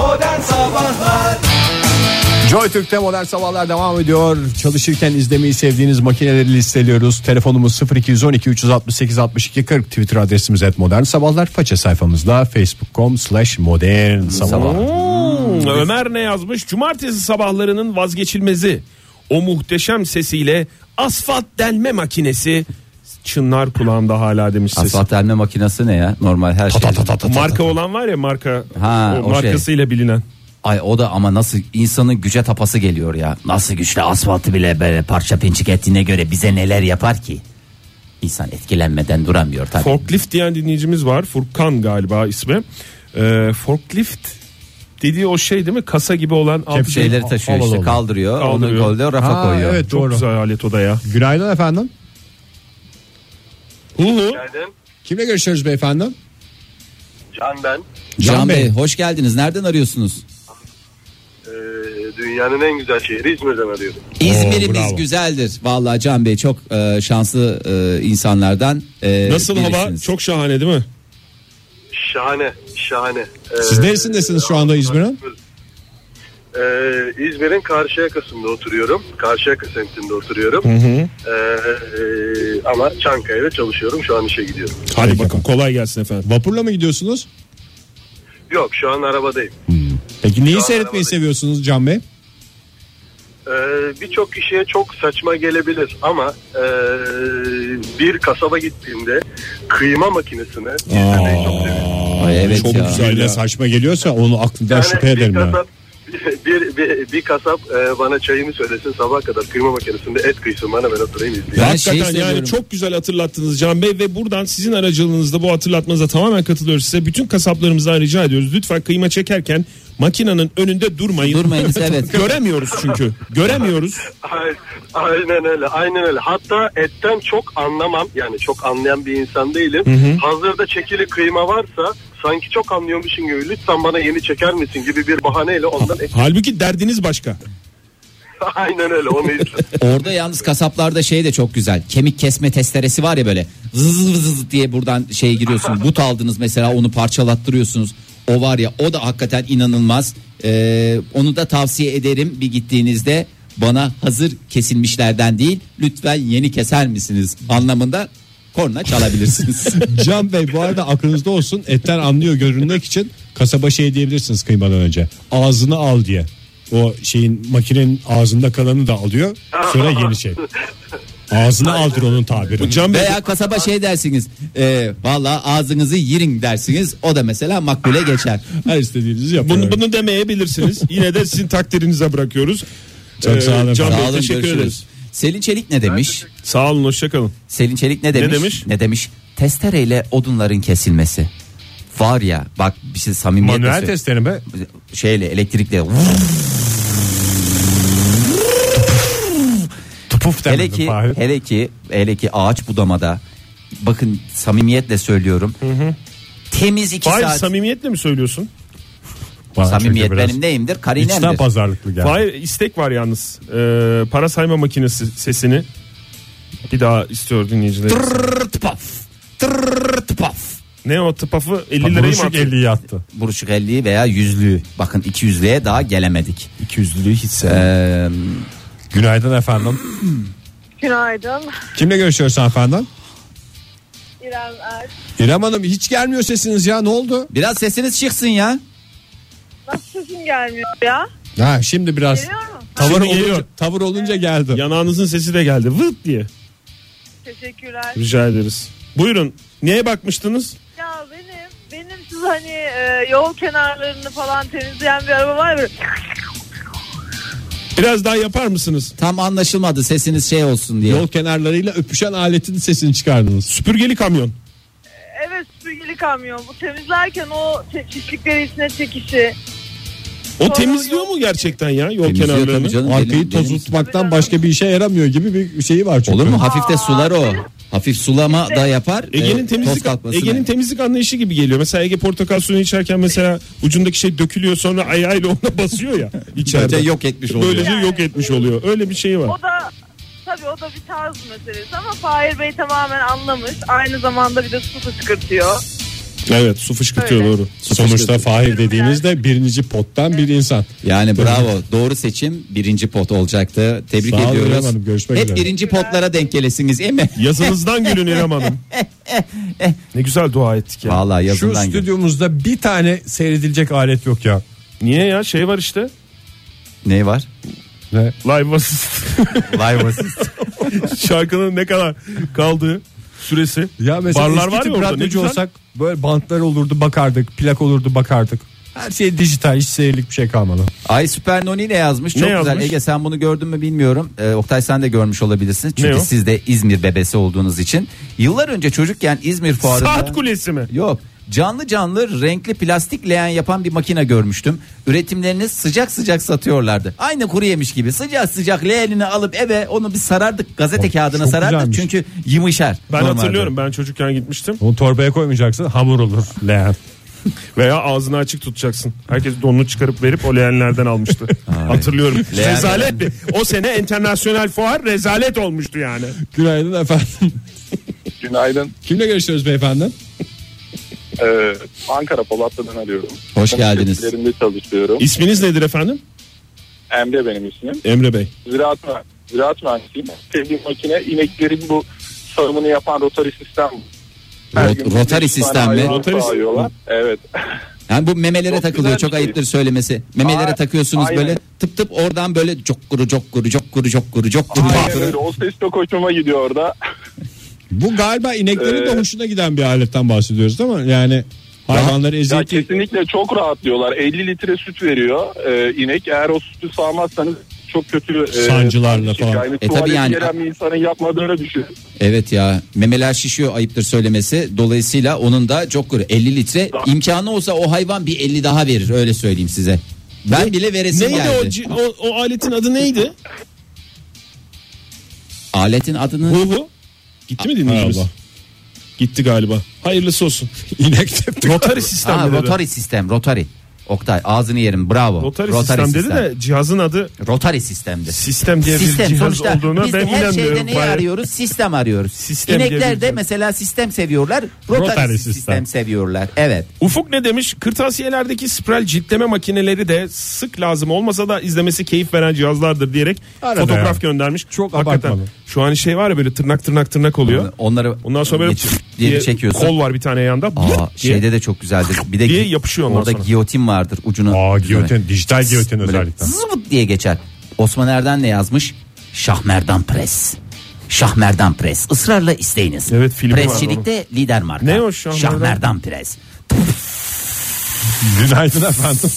Joy Türk'te modern sabahlar devam ediyor. Çalışırken izlemeyi sevdiğiniz makineleri listeliyoruz. Telefonumuz sıfır iki on iki üç altı sekiz altmış iki kırk. Twitter adresimiz et modern sabahlar. Faça sayfamızda facebook nokta com slash modern sabahlar. Hmm, Ömer ne yazmış? Cumartesi sabahlarının vazgeçilmezi. O muhteşem sesiyle asfalt delme makinesi çınlar kulağımda hala demiş sesi. Asfalt delme makinesi ne ya? Normal her şey. Marka olan var ya, marka Ha, o o şey. markasıyla bilinen. Ay o da ama nasıl insanın güce tapası geliyor ya. Nasıl güçlü, asfaltı bile böyle parça pinçik ettiğine göre bize neler yapar ki? İnsan etkilenmeden duramıyor tabii. Forklift diyen dinleyicimiz var. Furkan galiba ismi. Ee, forklift dediği o şey değil mi? Kasa gibi olan Hep şeyleri taşıyor havalı işte, olan. kaldırıyor, Kaldırıyor. onu kolluyor, rafa Ha, koyuyor. evet. Çok Doğru. güzel alet o da ya. Günaydın efendim. Hu hu. Günaydın. Kimle görüşüyoruz beyefendi? Can ben. Can, Can Bey. Bey. hoş geldiniz. Nereden arıyorsunuz? Ee, dünyanın en güzel şehri İzmir'den arıyorum. İzmir'imiz bravo. güzeldir. Vallahi Can Bey çok e, şanslı e, insanlardan. E, Nasıl hava? birisiniz. Çok şahane değil mi? Şahane, şahane. Ee, Siz neresindesiniz şu anda İzmir'in? Ee, İzmir'in Karşıyaka'sında oturuyorum. Karşıyaka semtinde oturuyorum. Ee, e, ama Çankaya'da çalışıyorum. Şu an işe gidiyorum. Hadi Peki bakın, efendim. kolay gelsin efendim. Vapurla mı gidiyorsunuz? Yok, şu an arabadayım. Peki neyi Şu an seyretmeyi arabadayım. seviyorsunuz Can Bey? Ee, Birçok kişiye çok saçma gelebilir ama e, bir kasaba gittiğimde kıyma makinesini izlemeyi çok seviyorum. Ay, evet Çok ya. güzel ya. Saçma geliyorsa onu aklından Yani şüphe bir ederim ya. kasap, bir, bir, bir kasap e, bana çayımı söylesin, sabah kadar kıyma makinesinde et kıysın bana, ben oturayım izleyeyim. Ben Hakikaten şey yani seviyorum. çok güzel hatırlattınız Can Bey ve buradan sizin aracılığınızda bu hatırlatmanıza tamamen katılıyoruz size. Bütün kasaplarımızdan rica ediyoruz. Lütfen kıyma çekerken makinenin önünde durmayın. Durmayınız, evet. Göremiyoruz çünkü. Göremiyoruz. Ay- Aynen öyle, aynen öyle. Hatta etten çok anlamam, yani çok anlayan bir insan değilim. Hazırda çekili kıyma varsa sanki çok anlıyormuşsun gibi, lütfen bana yeni çeker misin gibi bir bahaneyle ondan ek... Halbuki derdiniz başka. Aynen öyle, onu izle. Orada yalnız kasaplarda şey de çok güzel. Kemik kesme testeresi var ya, böyle zız zız zız diye buradan şey giriyorsun. But aldınız mesela, onu parçalattırıyorsunuz. O var ya, o da hakikaten inanılmaz. Ee, onu da tavsiye ederim bir gittiğinizde. Bana hazır kesilmişlerden değil, lütfen yeni keser misiniz anlamında korna çalabilirsiniz. Can Bey bu arada aklınızda olsun, etten anlıyor görünmek için kasaba şey diyebilirsiniz kıymadan önce. Ağzını al diye. O şeyin, makinenin ağzında kalanı da alıyor. Sonra yeni şey. Ağzını aldır onun tabiri. Can Bey, Veya kasaba şey dersiniz, e, valla ağzınızı yirin dersiniz, o da mesela makbule geçer. Her istediğinizi yapın. bunu, bunu demeyebilirsiniz. Yine de sizin takdirinize bırakıyoruz. Çok sağ olun. Can Sağ Bey, olun, teşekkür görüşürüz. ederiz. Selin Çelik ne demiş? Sağ olun, hoşçakalın. Selin Çelik ne demiş? demiş? Ne demiş? Testereyle odunların kesilmesi. Var ya bak, bir şey samimiyetle Manuel söyle- testleri mi? şeyle, elektrikle Puf hele demedim ki Fahir. hele ki hele ki ağaç budamada, bakın samimiyetle söylüyorum. Temiz iki Hayır, saat. samimiyetle mi söylüyorsun? Bana Samimiyet çünkü biraz benim neyimdir? İçten Karinemdir. pazarlıklı geldi. Hayır, istek var yalnız. Ee, para sayma makinesi sesini bir daha istiyor dinleyicilerimiz. Tırırt paf. Tırırt paf. Ne o tıpafı elli lirayı mı Buruşuk atıyor? elliyi attı. Buruşuk elliyi veya yüzlüğü. Bakın iki yüzlüğe daha gelemedik. iki yüzlülüğü hiç sevmem. Ee, Günaydın efendim. Günaydın. Kimle görüşüyoruz efendim? İrem Er. İrem Hanım, hiç gelmiyor sesiniz ya, ne oldu? biraz sesiniz çıksın ya. Nasıl sesim gelmiyor ya? Ha, şimdi biraz Geliyor mu? tavır Şimdi olunca, geliyor. tavır olunca geldi. Yanağınızın sesi de geldi. Vıt diye. Teşekkürler. Rica ederiz. Buyurun. Neye bakmıştınız? Ya benim benim siz hani e, yol kenarlarını falan temizleyen bir araba var ya. Biraz daha yapar mısınız? Tam anlaşılmadı, sesiniz şey olsun diye. Yol kenarlarıyla öpüşen aletin sesini çıkardınız. Süpürgeli kamyon. Evet, süpürgeli kamyon. Bu temizlerken o te- çiftlikleri içine çekişi. O Sonra temizliyor yol- mu gerçekten ya yol Temizliyor tabii kenarlarını? canım. Arkayı Benim- toz benim- tutmaktan başka bir işe yaramıyor gibi bir şeyi var çünkü. Olur mu? Hafif de sular o. Hafif sulama da yapar. Ege'nin e, toz temizlik kalkmasına. Ege'nin temizlik anlayışı gibi geliyor. Mesela Ege portakal suyunu içerken mesela ucundaki şey dökülüyor, sonra ayağıyla ona basıyor ya içeride. Böylece yok etmiş oluyor. Böylece yok etmiş oluyor. Öyle bir şey var. O da tabii o da bir tarz meselesi ama Fahir Bey tamamen anlamış. Aynı zamanda bir de su fışkırtıyor. Evet, su fışkırtıyor, Öyle. doğru. Sonuçta Fahir dediğinizde birinci pottan bir insan. Yani bravo, doğru seçim, birinci pot olacaktı. Tebrik Sağ olun ediyoruz. İrem Hanım, görüşmek Hep üzere. birinci potlara denk gelesiniz değil mi? Yazınızdan gülün İrem Hanım. Ne güzel dua ettik ya. Vallahi Şu yazından gel. stüdyomuzda bir tane seyredilecek alet yok ya. Niye ya, şey var işte. Ne var? Ne? Live assist. Live assist. Şarkının ne kadar kaldığı. süresi. Ya mesela Barlar eski var tip ya orada, ne radyocu güzel. olsak böyle bantlar olurdu bakardık, plak olurdu bakardık. Her şey dijital, hiç seyirlik bir şey kalmadı. Ay Süper Noni ne yazmış? Çok Ne güzel. yazmış? Ege sen bunu gördün mü bilmiyorum. Ee, Oktay sen de görmüş olabilirsin. Ne Çünkü o? siz de İzmir bebesi olduğunuz için. Yıllar önce çocukken İzmir fuarında. Saat kulesi mi? Yok. Canlı canlı renkli plastik leğen yapan bir makine görmüştüm. Üretimlerini sıcak sıcak satıyorlardı. Aynı kuru yemiş gibi sıcak sıcak leğenini alıp eve onu bir sarardık. Gazete Oh, kağıdına çok sarardık güzelmiş. çünkü yumuşar. Ben normalde. hatırlıyorum, ben çocukken gitmiştim. Onu torbaya koymayacaksın, hamur olur leğen. Veya ağzını açık tutacaksın. Herkes donunu çıkarıp verip o leğenlerden almıştı. Hatırlıyorum. Leğen- Rezaletti. O sene internasyonel fuar rezalet olmuştu yani. Günaydın efendim. Günaydın. Kimle görüşüyoruz beyefendi? Ee, Ankara Polatlı'dan arıyorum. Hoş geldiniz. Şirketlerinde çalışıyorum. İsminiz nedir efendim? Emre benim ismim. Emre Bey. Ziraat, ziraat mühendisiyim. Sevdiğim makine ineklerin bu sağımını yapan rotary sistem. Her Rot- gün rotary bir tane sistem mi? hayvan Rotary sağıyorlar. Evet. Yani bu memelere Çok takılıyor. güzel Çok bir şey. ayıptır söylemesi. Memelere Aa, takıyorsunuz aynen. böyle tıp tıp oradan böyle cokkuru cokkuru cokkuru cokkuru cokkuru. Aynen öyle. O ses çok hoşuma gidiyor orada. Bu galiba ineklerin de Ee, hoşuna giden bir aletten bahsediyoruz değil mi? Yani hayvanları Ya eziyet kesinlikle çok rahatlıyorlar. elli litre süt veriyor e, inek. Eğer o sütü sağmazsanız çok kötü e, Sancılarla falan. Yani E tabii tuvalete yani- gelen bir insanın yapmadığını düşün. Evet ya memeler şişiyor ayıptır söylemesi. Dolayısıyla onun da cokkuru elli litre imkanı olsa o hayvan bir elli daha verir öyle söyleyeyim size. Ben bile veresim Neydi geldi. o, ci- o, o aletin adı neydi? Aletin adını Hu hu. Gitti mi dinleyicimiz? Allah. Gitti galiba. Hayırlısı olsun. inek teptik. Rotary sistem Aa, dedi. rotary sistem rotary. Oktay ağzını yerim bravo. Rotary, sistem dedi de cihazın adı Rotary sistemdi. sistem diye bir Sistem cihaz sonuçta olduğuna biz ben de her inanmıyorum. şeyde neyi Bayağı- arıyoruz? Sistem arıyoruz. Sistem diye İnekler bir- de mesela sistem seviyorlar. Rotary, Rotary sistem. sistem. seviyorlar. Evet. Ufuk ne demiş? Kırtasiyelerdeki spiral ciltleme makineleri de sık lazım olmasa da izlemesi keyif veren cihazlardır diyerek Arada fotoğraf ya. göndermiş. Çok Hakikaten abartmadı. şu an şey var ya böyle tırnak tırnak tırnak oluyor. Onları Ondan sonra böyle geçip diye bir çekiyorsun. kol var bir tane yanda. Aa, diye. şeyde de çok güzeldir. Bir de diye gi- yapışıyor ondan orada sonra. giyotin vardır ucunu. Aa giyotin, dijital giyotin Böyle özellikle. zıvıt diye geçer. Osman Erden ne yazmış? Şahmerdan Pres. Şahmerdan Pres. Israrla isteyiniz. Evet, filmi vardı Presçilikte lider marka. Ne o Şahmerdan? Şahmerdan Pres. Günaydın efendim.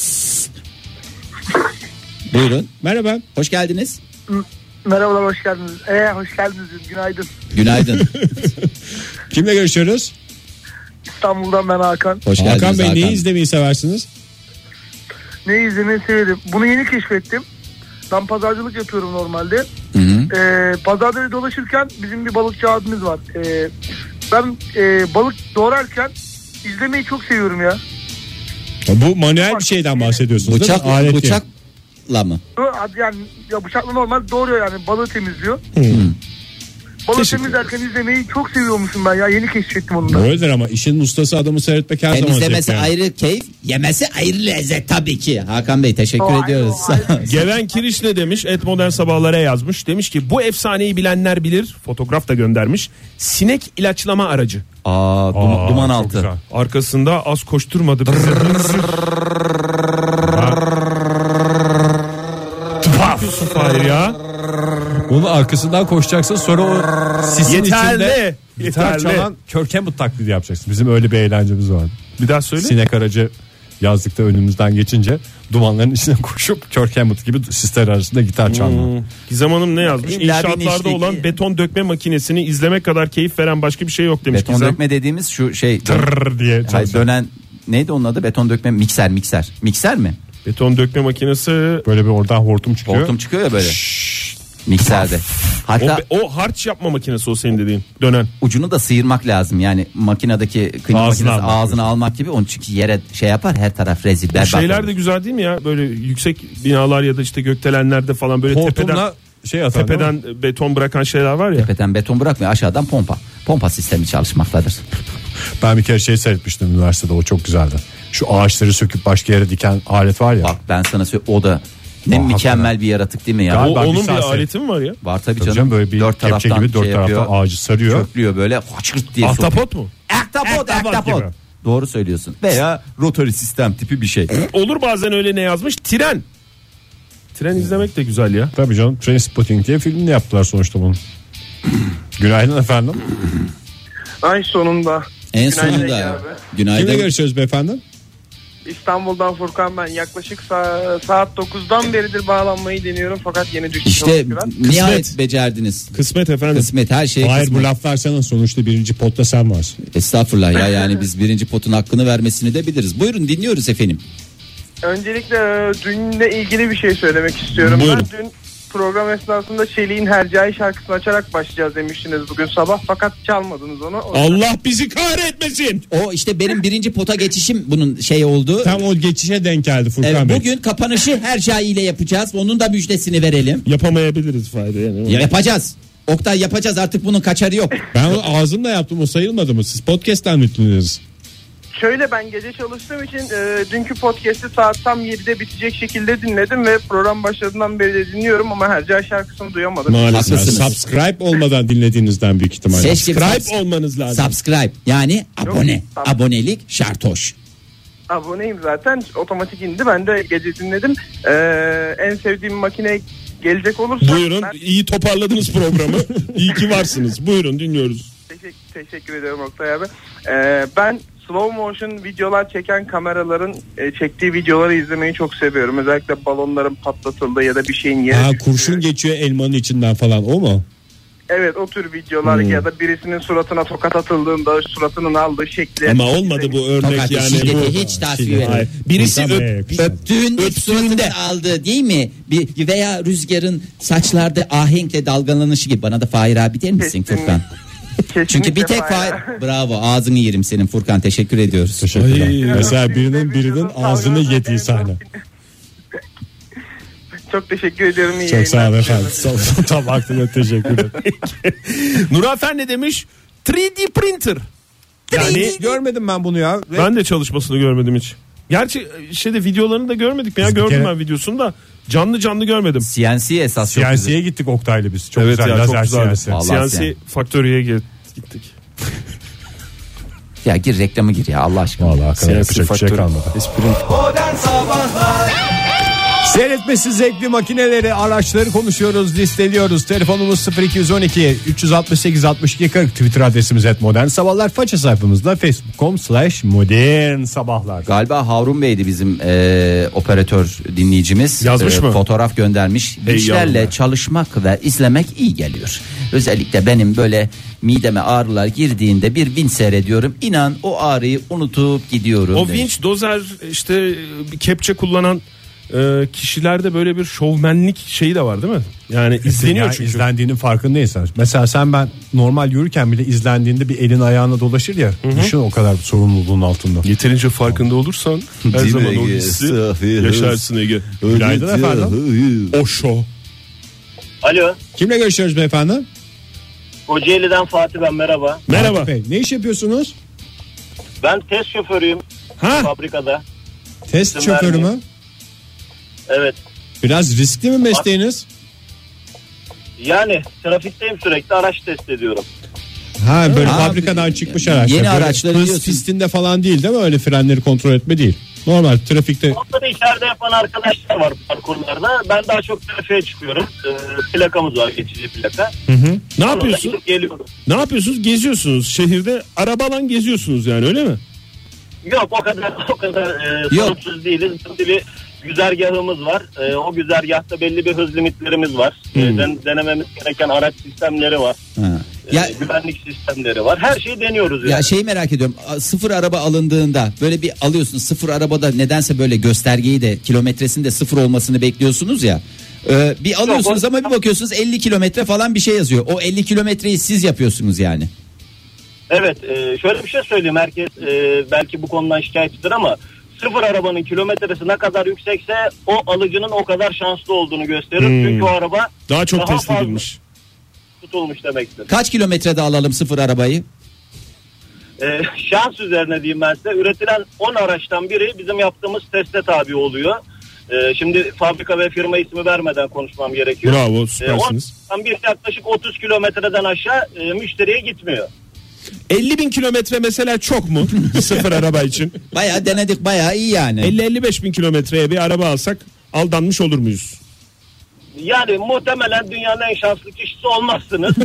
Buyurun. Merhaba. Hoş geldiniz. Merhabalar, hoş geldiniz. Ee, hoş geldiniz. Günaydın. Günaydın. Kimle görüşüyoruz? İstanbul'dan ben Hakan. Hoş geldiniz Hakan Bey Hakan. neyi izlemeyi seversiniz? Ne izlemeyi severim. Bunu yeni keşfettim. Ben pazarcılık yapıyorum normalde. Hı hı. Ee, pazarda dolaşırken bizim bir balıkçı abimiz var. Ee, ben e, balık doğrarken izlemeyi çok seviyorum ya. Bu manuel bir şeyden bahsediyorsunuz değil mi? Bıçak, Alet değil. bıçakla mı? Yani ya bıçakla normal doğruyor yani, balığı temizliyor. Balık Teşekkür temizlerken izlemeyi çok seviyormuşum ben ya, yeni keşfettim onu da. Öyledir ama işin ustası adamı seyretmek her zaman Temizlemesi zevkli yani. ayrı keyif, yemesi ayrı lezzet tabii ki. Hakan Bey teşekkür O ayrı, ediyoruz. o ayrı. Geven Kiriş ne demiş? Et Modern Sabahlara yazmış. Demiş ki bu efsaneyi bilenler bilir. Fotoğraf da göndermiş. Sinek ilaçlama aracı. Aa, dum- Aa, duman çok altı. güzel. Arkasında az koşturmadı bize. Yapıyorsun Fahir ya. Onun arkasından koşacaksın, sonra o sisin Yeterli. içinde gitar Yeterli. çalan Körkemut taklidi yapacaksın. Bizim öyle bir eğlencemiz var. Bir daha söyle. Sinek aracı yazlıkta önümüzden geçince dumanların içine koşup Körkemut gibi sisler arasında gitar çalma. Hmm. Gizem Hanım ne yazmış? İlla bir İnşaatlarda işteki- olan beton dökme makinesini izlemek kadar keyif veren başka bir şey yok demiş Beton Gizem. dökme dediğimiz şu şey Tırrrr diye Hayır, çalışıyor. dönen neydi onun adı? Beton dökme mikser mikser. Mikser mi? Beton dökme makinesi Böyle bir oradan hortum çıkıyor. Hortum çıkıyor ya böyle. Mikserde. o, Hatta be- o harç yapma makinesi o senin dediğin dönen. ucunu da sıyırmak lazım. Yani makinedeki kıyma Ağzını makinesi almak ağzını almak gibi, onun çünkü yere şey yapar, her taraf rezil O berbat şeyler olur. de güzel değil mi ya? Böyle yüksek binalar ya da işte gökdelenlerde falan böyle tepeden Hortumla şey atan değil mi? tepeden beton bırakan şeyler var ya. Tepeden beton bırakmıyor, aşağıdan pompa. Pompa sistemi çalışmaktadır. Ben bir kere şey seyretmiştim üniversitede, o çok güzeldi. Şu ağaçları söküp başka yere diken alet var ya. Bak ben sana söyleyeyim, o da ne Aa, mükemmel hakikaten. bir yaratık değil mi ya? O, Galiba bir onun bir saat aleti mi var ya? Var tabii Tabii canım. canım, böyle bir dört kepçe taraftan gibi dört şey taraftan yapıyor, ağacı sarıyor. köklüyor böyle hoçgırt diye sokuyor. Ahtapot mu? Ahtapot, Ahtapot ahtapot. gibi. Doğru söylüyorsun. Veya rotary sistem tipi bir şey. Olur bazen öyle, ne yazmış? Tren. Tren izlemek de güzel ya. Tabii canım, Trainspotting diye filmini yaptılar sonuçta bunu. Günaydın efendim. Ay sonunda. En Günaydın sonunda. Ege abi. Günaydın. Kimle görüşüyoruz beyefendi? İstanbul'dan Furkan ben. Yaklaşık sa- saat dokuzdan beridir bağlanmayı deniyorum fakat yeni düştü. İşte Kısmet. nihayet becerdiniz. Kısmet efendim. Kısmet her şey Hayır kısmet. bu laflar sana, sonuçta birinci potta sen varsın. Estağfurullah ya, yani biz birinci potun hakkını vermesini de biliriz. Buyurun, dinliyoruz efendim. Öncelikle e, dünle ilgili bir şey söylemek istiyorum. Buyurun. Ben dün program esnasında Çelik'in Hercai şarkısını açarak başlayacağız demiştiniz bugün sabah fakat çalmadınız onu. O yüzden- Allah bizi kahretmesin. O işte benim birinci pota geçişim bunun şey oldu. Tam o geçişe denk geldi Furkan Evet, Bey. bugün kapanışı Hercai ile yapacağız. Onun da müjdesini verelim. Yapamayabiliriz fayda yani. Ya yapacağız. Oktay, yapacağız artık, bunun kaçarı yok. Ben onu ağzımla yaptım, o sayılmadı mı? Siz podcast'ten mi dinlediniz? Şöyle, ben gece çalıştığım için e, dünkü podcast'i saat tam yedide bitecek şekilde dinledim ve program başladığından beri de dinliyorum ama Hercai şarkısını duyamadım. Maalesef. Haklısınız. Yani subscribe olmadan dinlediğinizden büyük ihtimalle. Keşke Subscribe subs- olmanız lazım. Subscribe yani abone. Yok, tamam. Abonelik şartoş. Aboneyim zaten, otomatik indi, ben de gece dinledim. E, en sevdiğim makine gelecek olursa... Buyurun, ben- iyi toparladınız programı. İyi ki varsınız. Buyurun, dinliyoruz. Teşekkür, teşekkür ediyorum Oktay abi. Ee, ben slow motion videolar çeken kameraların e, çektiği videoları izlemeyi çok seviyorum. Özellikle balonların patlatıldığı ya da bir şeyin yere Ha, düştüğü. kurşun geçiyor elmanın içinden falan, o mu? Evet, o tür videolar Hmm. ya da birisinin suratına tokat atıldığında suratının aldığı şekli. Ama olmadı bu örnek Tokat, yani. şiddeti Bu. hiç tasvip etmiyorum. Hayır. Birisi Furkan Bey, öp, güzel. Öptüğünde Öptüğünde. suratından aldı değil mi? Bir, veya rüzgarın saçlarda ahenkle dalgalanışı gibi. Bana da Fahir abi der misin Kesinlikle. Furkan? Kesinlikle Çünkü bir tek Fahir. Fahir. Bravo, ağzını yerim senin Furkan, teşekkür ediyoruz. Teşekkürler. Ay. Mesela birinin birinin Vücudun ağzını dalgaları yediği en sahne. Çok teşekkür ediyorum. iyi Çok sağ olun yayınlar. efendim. Sağ- Tam aklına teşekkür ederim. Nurhan ne demiş? üç D printer. Yani Görmedim ben bunu ya. ben de çalışmasını görmedim hiç. Gerçi şeyde videolarını da görmedik mi ya? Biz bir Gördüm kere- ben videosunu da canlı canlı görmedim. C N C esas çok C N C'ye güzel. gittik Oktay'la biz. Çok Evet güzel ya, çok lazer güzel. C N C. Vallahi C N sen. C Factory'ye gittik. Ya gir reklamı gir ya Allah aşkına. Vallahi hakikaten yapacak bir şey kalmadı. Seyretmesi zevkli makineleri, araçları konuşuyoruz, listeliyoruz. Telefonumuz sıfır iki on iki üç altı sekiz altmış iki kırk. Twitter adresimiz et modern sabahlar. Faça sayfamızda facebook nokta com slash modern sabahlar. Galiba Harun Bey'di bizim e, operatör dinleyicimiz. Yazmış mı? Fotoğraf göndermiş. Ey Vinçlerle yavrum. çalışmak ve izlemek iyi geliyor. Özellikle benim böyle mideme ağrılar girdiğinde bir vinç seyrediyorum. İnan o ağrıyı unutup gidiyorum. O demiş. vinç, dozer, işte bir kepçe kullanan e, kişilerde böyle bir şovmenlik şeyi de var değil mi? Yani izleniyor Yani çünkü. izlendiğinin farkındaysan. Mesela sen, ben normal yürürken bile izlendiğinde bir elin ayağına dolaşır ya. Düşün o kadar sorumluluğun altında. Yeterince farkında olursan her Değil zaman mi o Ege? hissi Safir. yaşarsın Ege. Günaydın efendim. O şov. Alo, Kimle görüşüyoruz beyefendi? Kocaeli'den Fatih ben, merhaba. Merhaba. Fatih Bey, ne iş yapıyorsunuz? Ben test şoförüyüm Ha? fabrikada. Test İzin şoförü mü? vermeyin. Evet. Biraz riskli mi mesleğiniz? Yani trafikteyim, sürekli araç test ediyorum. Ha, böyle Ha, fabrikadan çıkmış araç. yeni Böyle araçları hız diyorsun. pistinde falan değil değil mi? Öyle frenleri kontrol etme değil. Normal trafikte. Orada da içeride yapan arkadaşlar var parkurlarda. Ben daha çok trafiğe çıkıyorum. Ee, plakamız var, geçici plaka. Ne Orada yapıyorsun? gidip geliyorum. Ne yapıyorsunuz? Geziyorsunuz şehirde, arabalan geziyorsunuz yani, öyle mi? Yok, o kadar o kadar e, Yok. sorumsuz değiliz. Bir güzergahımız var. E, o güzergahta belli bir hız limitlerimiz var. E, den- denememiz gereken araç sistemleri var. Ha. E, Ya güvenlik sistemleri var. Her şeyi deniyoruz yani. Ya şeyi merak ediyorum. A- Sıfır araba alındığında böyle bir alıyorsunuz. Sıfır arabada nedense böyle göstergeyi de kilometresinin de sıfır olmasını bekliyorsunuz ya. Ee, bir alıyorsunuz ama bir bakıyorsunuz elli kilometre falan bir şey yazıyor. O elli kilometreyi siz yapıyorsunuz yani. Evet, e, şöyle bir şey söyleyeyim. Herkes e, belki bu konudan şikayetçidir ama sıfır arabanın kilometresi ne kadar yüksekse o alıcının o kadar şanslı olduğunu gösterir. Hmm. Çünkü o araba Daha çok Daha test fazla. edilmiş. tutulmuş demektir. Kaç kilometrede alalım sıfır arabayı? E, şans üzerine diyeyim ben size. Üretilen on araçtan biri bizim yaptığımız teste tabi oluyor. E, şimdi fabrika ve firma ismi vermeden konuşmam gerekiyor. Bravo, E, süpersiniz. ondan bir yaklaşık otuz kilometreden aşağı e, müşteriye gitmiyor. elli bin kilometre mesela çok mu bir sıfır araba için? Bayağı denedik, bayağı iyi yani. elli elli beş bin kilometreye bir araba alsak aldanmış olur muyuz? Yani muhtemelen dünyanın en şanslı kişisi yoksa olmazsınız.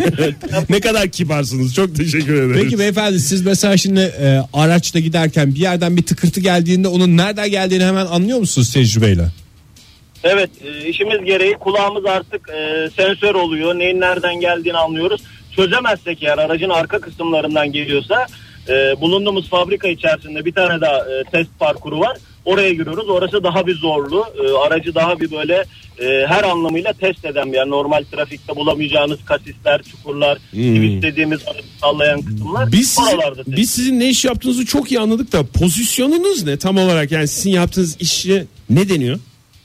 Ne kadar kibarsınız. Çok teşekkür ederim. Peki beyefendi, siz mesela şimdi e, araçta giderken bir yerden bir tıkırtı geldiğinde onun nereden geldiğini hemen anlıyor musunuz tecrübeyle? Evet, e, işimiz gereği kulağımız artık e, sensör oluyor. Neyin nereden geldiğini anlıyoruz. Çözemezsek eğer aracın arka kısımlarından geliyorsa e, bulunduğumuz fabrika içerisinde bir tane daha e, test parkuru var. Oraya giriyoruz. Orası daha bir zorlu. E, aracı daha bir böyle e, her anlamıyla test eden bir yer. Normal trafikte bulamayacağınız kasisler, çukurlar, Hmm. istediğimiz aracı sallayan kısımlar. Biz, sizin, oralarda test. biz sizin ne iş yaptığınızı çok iyi anladık da pozisyonunuz ne tam olarak? Yani sizin yaptığınız işe ne deniyor?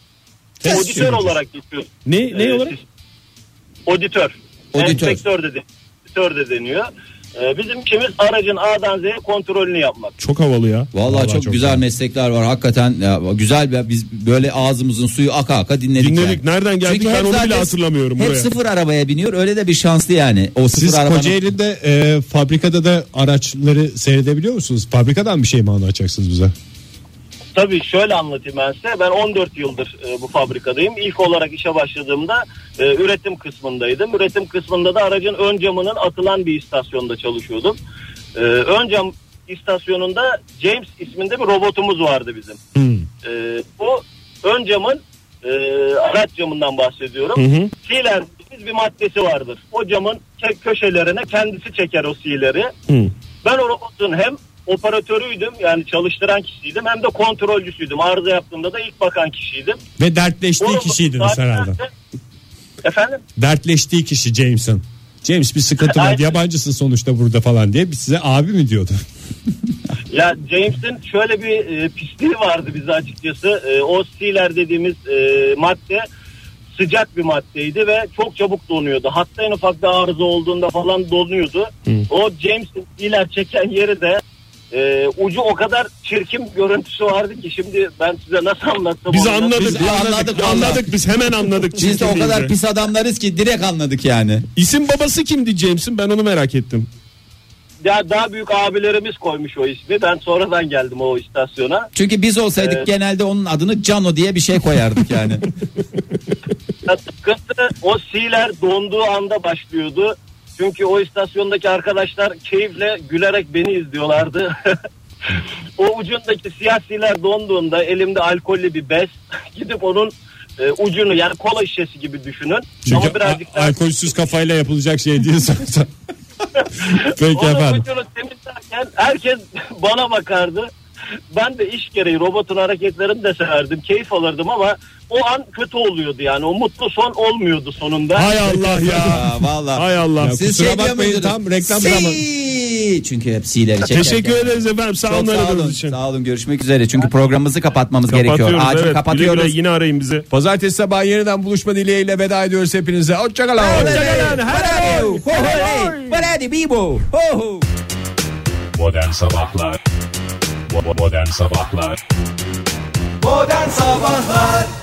Auditör olarak geçiyoruz. Ne, ne Ee, olarak? siz- Auditör. Auditör. Enspektör de, auditör de deniyor. Ee, bizim işimiz aracın A'dan Z'ye kontrolünü yapmak. Çok havalı ya. Vallahi, Vallahi çok, çok güzel güzel. meslekler var hakikaten ya, güzel bir, biz böyle ağzımızın suyu aka aka dinledik. Dinledik. yani. Nereden geldik Çünkü ben hep onu bile zaten hatırlamıyorum Hep buraya. sıfır arabaya biniyor, öyle de bir şanslı yani. O sıfır Siz arabanın... Kocaeli'de e, fabrikada da araçları seyredebiliyor musunuz? Fabrikadan bir şey mi anlatacaksınız bize? Tabii şöyle anlatayım ben size. Ben on dört yıldır e, bu fabrikadayım. İlk olarak işe başladığımda e, üretim kısmındaydım. Üretim kısmında da aracın ön camının atılan bir istasyonda çalışıyordum. E, ön cam istasyonunda James isminde bir robotumuz vardı bizim. Hmm. E, bu ön camın e, araç camından bahsediyorum. Hı hı. Sealer dediğimiz bir maddesi vardır. O camın ke- köşelerine kendisi çeker o sealeri. Hı. Ben o robotun hem operatörüydüm, yani çalıştıran kişiydim, hem de kontrolcüsüydüm. Arıza yaptığımda da ilk bakan kişiydim. Ve dertleştiği O robotun kişiydiniz zaten- herhalde. Efendim? Dertleştiği kişi James'in. James bir sıkıntı var, Aynen. yabancısın sonuçta burada falan diye size abi mi diyordu? Ya James'in şöyle bir e, pisliği vardı bize açıkçası. E, o sealer dediğimiz e, madde sıcak bir maddeydi ve çok çabuk donuyordu. Hatta en ufak bir arıza olduğunda falan donuyordu. Hı. O James'in sealer çeken yeri de e, ucu o kadar çirkin bir görüntüsü vardı ki şimdi ben size nasıl anlatsam. Biz onu- anladık, Biz anladık, anladık anladık, vallahi. biz hemen anladık. Biz de o kadar çirkinliğini. pis adamlarız ki direkt anladık yani. İsim babası kimdi James'in? Ben onu merak ettim. Ya daha büyük abilerimiz koymuş o ismi. Ben sonradan geldim o istasyona. Çünkü biz olsaydık Evet. genelde onun adını Cano diye bir şey koyardık yani. Ya sıkıntı o sealer donduğu anda başlıyordu. Çünkü o istasyondaki arkadaşlar keyifle gülerek beni izliyorlardı. O ucundaki siyah sealer donduğunda elimde alkollü bir bez gidip onun e, ucunu, yani kola şişesi gibi düşünün. Çünkü Ama birazcık a- daha alkolsüz kafayla yapılacak şey değil zaten. Peki onun efendim. ucunu temizlerken herkes bana bakardı. Ben de iş gereği robotun hareketlerini de severdim. Keyif alırdım ama o an kötü oluyordu yani. O mutlu son olmuyordu sonunda. Hay Allah ya. Aa, vallahi. Hay Allah. Ya Siz kusura şey diyor bakmayın, muydunuz? tam reklam Si! zamanı. Çünkü hep si'leri çekerken. Teşekkür ederiz efendim. Sağ Çok olun sağ olun. aradığınız için. Sağ olun, görüşmek üzere. Çünkü programımızı kapatmamız gerekiyor. Kapatıyoruz, Acil evet. kapatıyoruz. Güle güle, yine arayın bizi. Pazartesi sabahı yeniden buluşma dileğiyle veda ediyoruz hepinize. Hoşçakalın. Hoşçakalın. Hello. Ho, hey. Hadi Bibo. Ho, ho. Modern Sabahlar Bo- Modern Sabahlar Modern Sabahlar